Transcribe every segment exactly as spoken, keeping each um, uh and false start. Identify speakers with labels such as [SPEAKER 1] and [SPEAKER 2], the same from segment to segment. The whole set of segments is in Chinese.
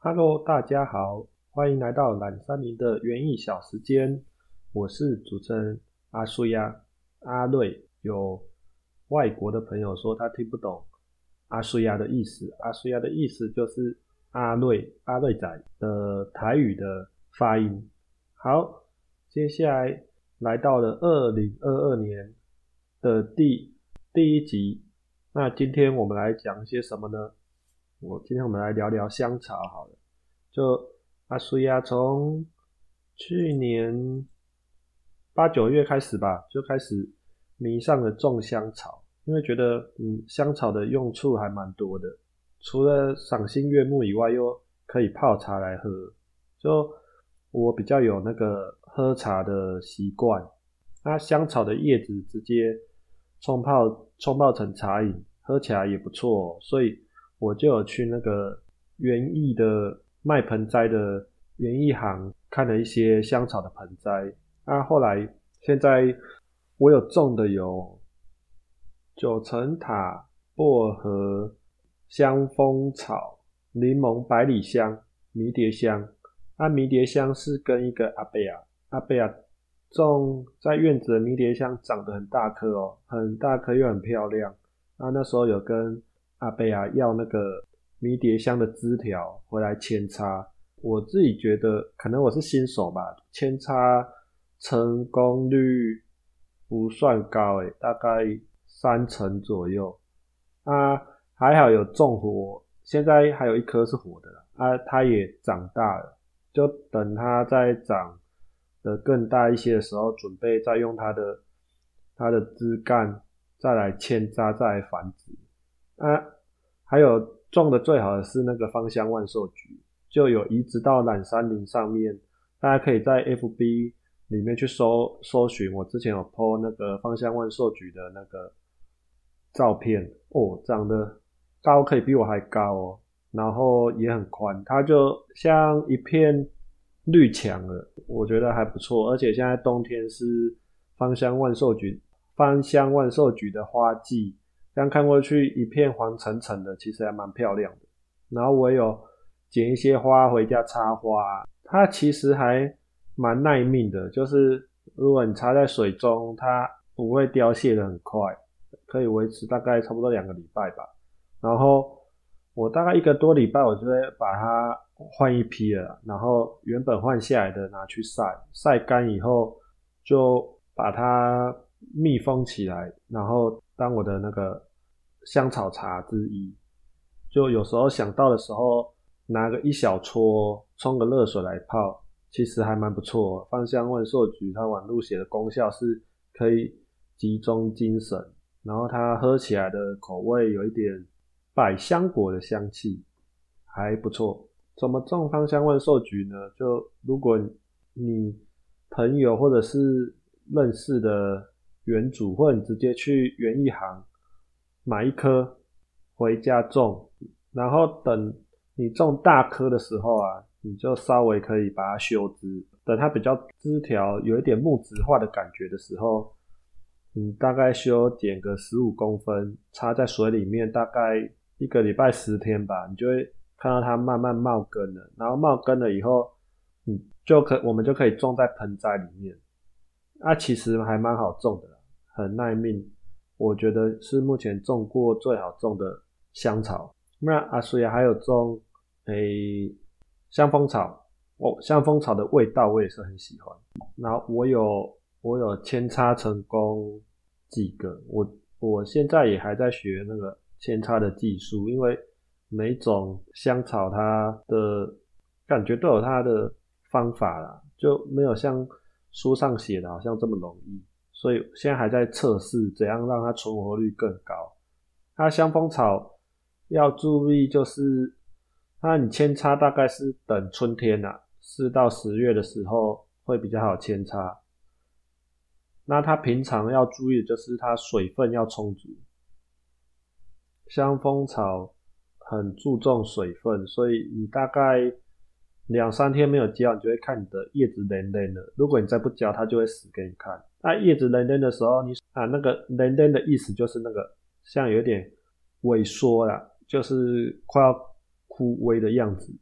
[SPEAKER 1] Hello，大家好，欢迎来到懒山林的园艺小时间，我是主持人阿苏亚阿瑞。有外国的朋友说他听不懂阿苏亚的意思，阿苏亚的意思就是阿瑞阿瑞仔的台语的发音。好，接下来来到了二零二二年的第第一集，那今天我们来讲一些什么呢？我今天我们来聊聊香草好了。就阿苏亚从去年八九月开始吧，就开始迷上了种香草，因为觉得嗯香草的用处还蛮多的，除了赏心悦目以外，又可以泡茶来喝。就我比较有那个喝茶的习惯，那香草的叶子直接冲泡冲泡成茶饮，喝起来也不错哦，所以我就有去那个园艺的卖盆栽的园艺行看了一些香草的盆栽。啊，后来现在我有种的有九层塔、薄荷、香蜂草、柠檬百里香、迷迭香。啊，迷迭香是跟一个阿贝亚阿贝亚种在院子的迷迭香长得很大颗哦，很大颗又很漂亮。啊，那时候有跟阿贝亚要那个迷迭香的枝条回来扦插。我自己觉得可能我是新手吧，扦插成功率不算高诶，大概三成左右。啊，还好有种活，现在还有一颗是活的啦。啊，它也长大了，就等它再长得更大一些的时候，准备再用它的它的枝干再来扦插再来繁殖。啊，还有种的最好的是那个芳香万寿菊，就有移植到懒山林上面，大家可以在 F B 里面去搜搜寻，我之前有 po 那个芳香万寿菊的那个照片哦，长得高可以比我还高哦，然后也很宽，它就像一片绿墙了，我觉得还不错，而且现在冬天是芳香万寿菊芳香万寿菊的花季，这样看过去一片黄橙橙的，其实还蛮漂亮的。然后我有捡一些花回家插花，它其实还蛮耐命的，就是如果你插在水中，它不会凋谢的很快，可以维持大概差不多两个礼拜吧。然后我大概一个多礼拜，我就会把它换一批了，然后原本换下来的拿去晒，晒干以后就把它密封起来，然后当我的那个香草茶之一。就有时候想到的时候，拿个一小撮冲个热水来泡，其实还蛮不错。芳香万寿菊它网路写的功效是可以集中精神，然后它喝起来的口味有一点百香果的香气，还不错。怎么种芳香万寿菊呢？就如果你朋友或者是认识的园主，或者你直接去园艺行买一颗回家种，然后等你种大颗的时候啊，你就稍微可以把它修枝，等它比较枝条有一点木质化的感觉的时候，你大概修剪个十五公分，插在水里面，大概一个礼拜十天吧，你就会看到它慢慢冒根了。然后冒根了以后，你就可我们就可以种在盆栽里面。啊，其实还蛮好种的啦，很耐命，我觉得是目前种过最好种的香草。那阿苏亚还有种诶香蜂草哦，香蜂草的味道我也是很喜欢。然后我有我有扦插成功几个，我我现在也还在学那个扦插的技术，因为每种香草它的感觉都有它的方法啦，就没有像书上写的好像这么容易，所以现在还在测试怎样让它存活率更高。它香蜂草要注意就是它你扦插大概是等春天啊，四到十月的时候会比较好扦插。那它平常要注意的就是它水分要充足，香蜂草很注重水分，所以你大概两三天没有浇，你就会看你的叶子冷冷的。如果你再不浇，它就会死给你看。那叶子冷冷的时候，你啊那个冷冷的意思就是那个像有点萎缩啦，就是快要枯萎的样子。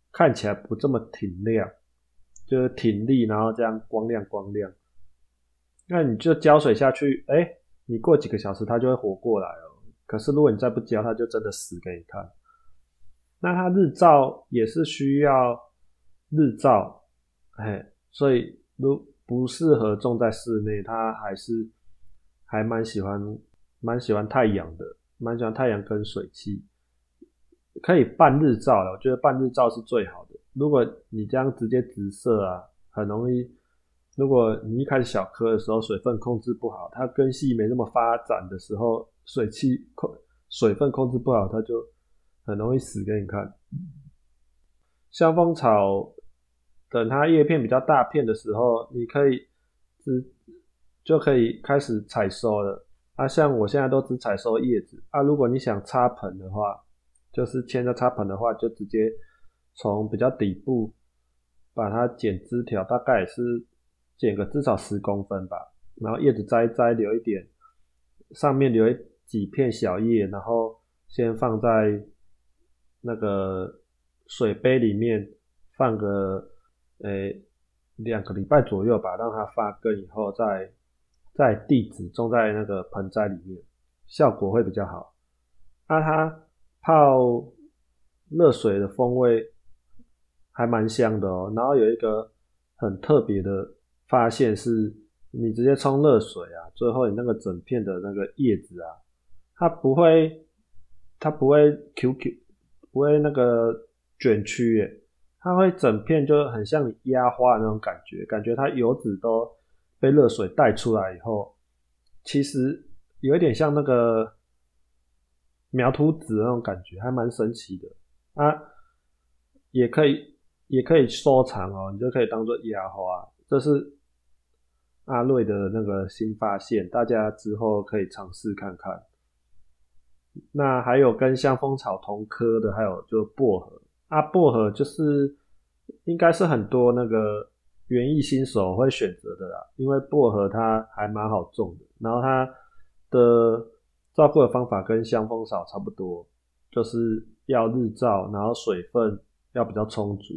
[SPEAKER 1] 看起来不这么挺亮，就是挺立，然后这样光亮光亮。那你就浇水下去，诶，你过几个小时它就会活过来哦。可是如果你再不浇，它就真的死给你看。那它日照也是需要日照，嘿，所以如不适合种在室内，它还是还蛮喜欢蛮喜欢太阳的，蛮喜欢太阳跟水汽。可以半日照的，我觉得半日照是最好的。如果你这样直接直射啊，很容易，如果你一开始小颗的时候水分控制不好，它根系没那么发展的时候，水汽控水分控制不好，它就很容易死给你看。香蜂草等它叶片比较大片的时候，你可以只就可以开始采收了。啊，像我现在都只采收叶子啊，如果你想插盆的话，就是牵着插盆的话，就直接从比较底部把它剪枝条，大概也是剪个至少十公分吧，然后叶子摘一摘，留一点，上面留几片小叶，然后先放在那个水杯里面放个诶两个礼拜左右吧，让它发根以后再再地质种在那个盆栽里面，效果会比较好。那它泡热水的风味还蛮香的哦。然后有一个很特别的发现是，你直接冲热水啊，最后你那个整片的那个叶子啊，它不会它不会 Q Q 不会那个卷曲耶，它会整片就很像你压花的那种感觉，感觉它油脂都被热水带出来以后，其实有一点像那个描图纸的那种感觉，还蛮神奇的啊。也可以也可以收藏哦，你就可以当做压花，这是阿瑞的那个新发现，大家之后可以尝试看看。那还有跟香蜂草同科的，还有就薄荷啊，薄荷就是应该是很多那个园艺新手会选择的啦，因为薄荷它还蛮好种的，然后它的照顾的方法跟香蜂草差不多，就是要日照，然后水分要比较充足。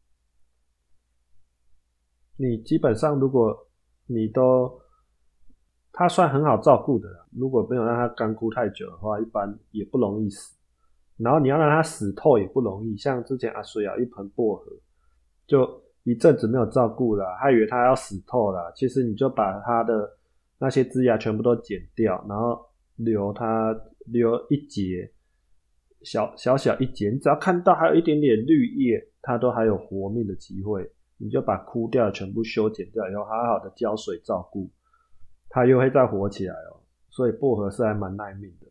[SPEAKER 1] 你基本上如果你都它算很好照顾的啦，如果没有让它干枯太久的话，一般也不容易死。然后你要让它死透也不容易，像之前阿水啊一盆薄荷，就一阵子没有照顾啦，还以为它要死透啦，其实你就把它的那些枝芽全部都剪掉，然后留它留一节小小小一节，你只要看到还有一点点绿叶，它都还有活命的机会，你就把枯掉的全部修剪掉以后，好好的浇水照顾，它又会再活起来哦。所以薄荷是还蛮耐命的。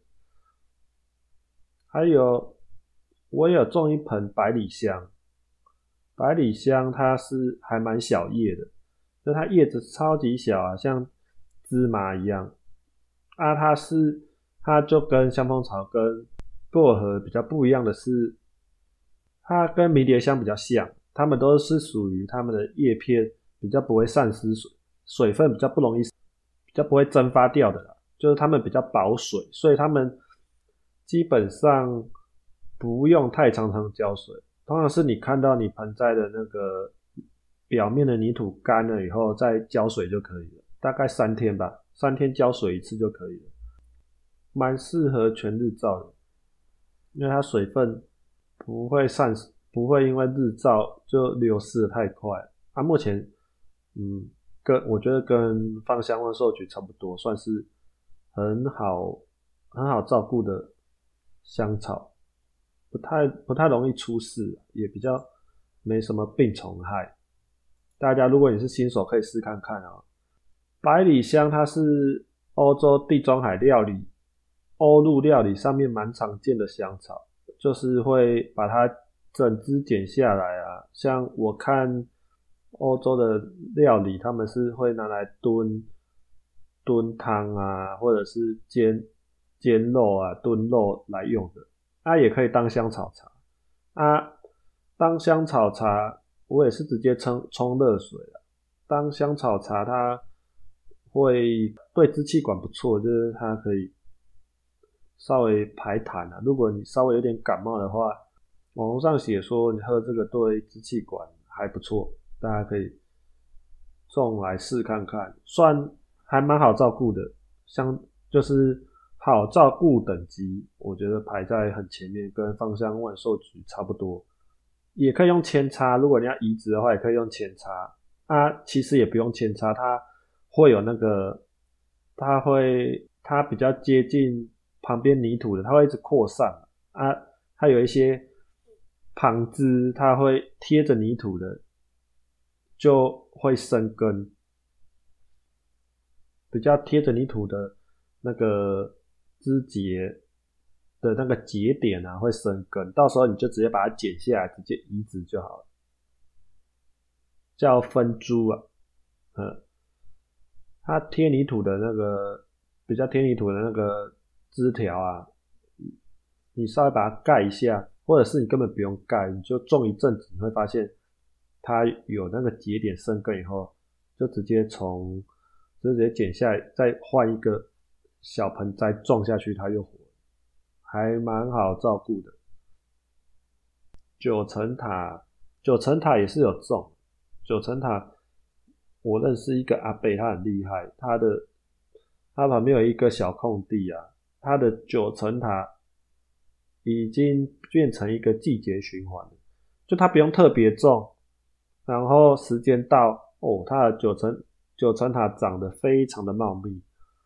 [SPEAKER 1] 还有我也有种一盆百里香，百里香它是还蛮小叶的，就它叶子超级小啊，像芝麻一样啊。它是它就跟香蜂草跟薄荷比较不一样的是，它跟迷迭香比较像，它们都是属于它们的叶片比较不会散失水，水分比较不容易比较不会蒸发掉的啦，就是它们比较保水，所以它们基本上不用太常常浇水。通常是你看到你盆栽的那个表面的泥土干了以后再浇水就可以了，大概三天吧，三天浇水一次就可以了，蛮适合全日照的，因为它水分不会散失，不会因为日照就流失的太快。啊，目前嗯，跟我觉得跟芳香万寿菊差不多，算是很好很好照顾的香草，不太不太容易出事，也比较没什么病虫害。大家如果你是新手，可以试看看哦。百里香它是欧洲地中海料理、欧陆料理上面蛮常见的香草，就是会把它整枝剪下来啊。像我看欧洲的料理，他们是会拿来炖炖汤啊，或者是煎煎肉啊、炖肉来用的。啊，也可以当香草茶啊。当香草茶，我也是直接冲冲热水啦。当香草茶，它会对支气管不错，就是它可以稍微排痰啊。如果你稍微有点感冒的话， 网络上写说你喝这个对支气管还不错，大家可以种来试看看，算还蛮好照顾的，像就是好照顾等级，我觉得排在很前面，跟芳香万寿菊差不多。也可以用扦插，如果你要移植的话，也可以用扦插啊。其实也不用扦插，它会有那个，它会它比较接近旁边泥土的，它会一直扩散啊。它有一些旁枝，它会贴着泥土的，就会生根。比较贴着泥土的那个枝节的那个节点啊，会生根，到时候你就直接把它剪下来，直接移植就好了，叫分株啊。嗯，它贴泥土的那个比较贴泥土的那个枝条啊，你稍微把它盖一下，或者是你根本不用盖，你就种一阵子，你会发现它有那个节点生根以后，就直接从就直接剪下来，再换一个小盆栽种下去，它又活了，还蛮好照顾的。九层塔，九层塔也是有种。九层塔，我认识一个阿伯，他很厉害，他的他旁边有一个小空地啊，他的九层塔已经变成一个季节循环了，就他不用特别种，然后时间到，哦，他的九层九层塔长得非常的茂密，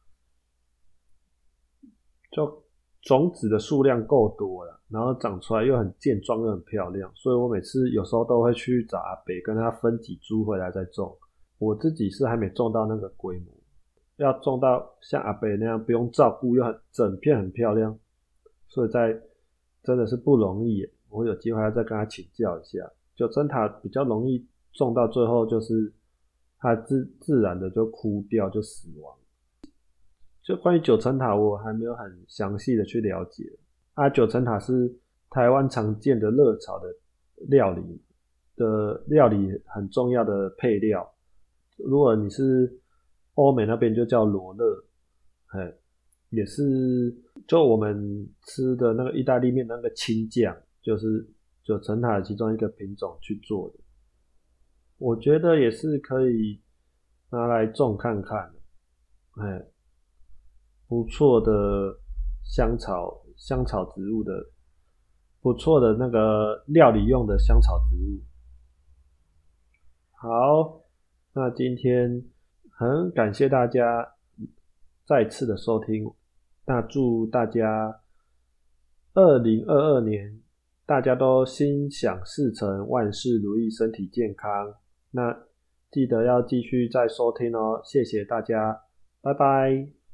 [SPEAKER 1] 就种子的数量够多了，然后长出来又很健壮又很漂亮，所以我每次有时候都会去找阿伯跟他分几株回来再种。我自己是还没种到那个规模，要种到像阿伯那样不用照顾又很整片很漂亮，所以在真的是不容易耶，我有机会要再跟他请教一下。九层塔比较容易种到最后就是它自自然的就枯掉就死亡。就关于九层塔，我还没有很详细的去了解。啊，九层塔是台湾常见的热炒的料理的料理很重要的配料。如果你是欧美那边就叫罗勒，嘿，也是就我们吃的那个意大利面那个青酱，就是九层塔的其中一个品种去做的。我觉得也是可以拿来种看看的，嘿。不错的香草香草植物的不错的那个料理用的香草植物。好，那今天很感谢大家再次的收听，那祝大家二零二二年大家都心想事成，万事如意，身体健康。那记得要继续再收听哦，谢谢大家，拜拜。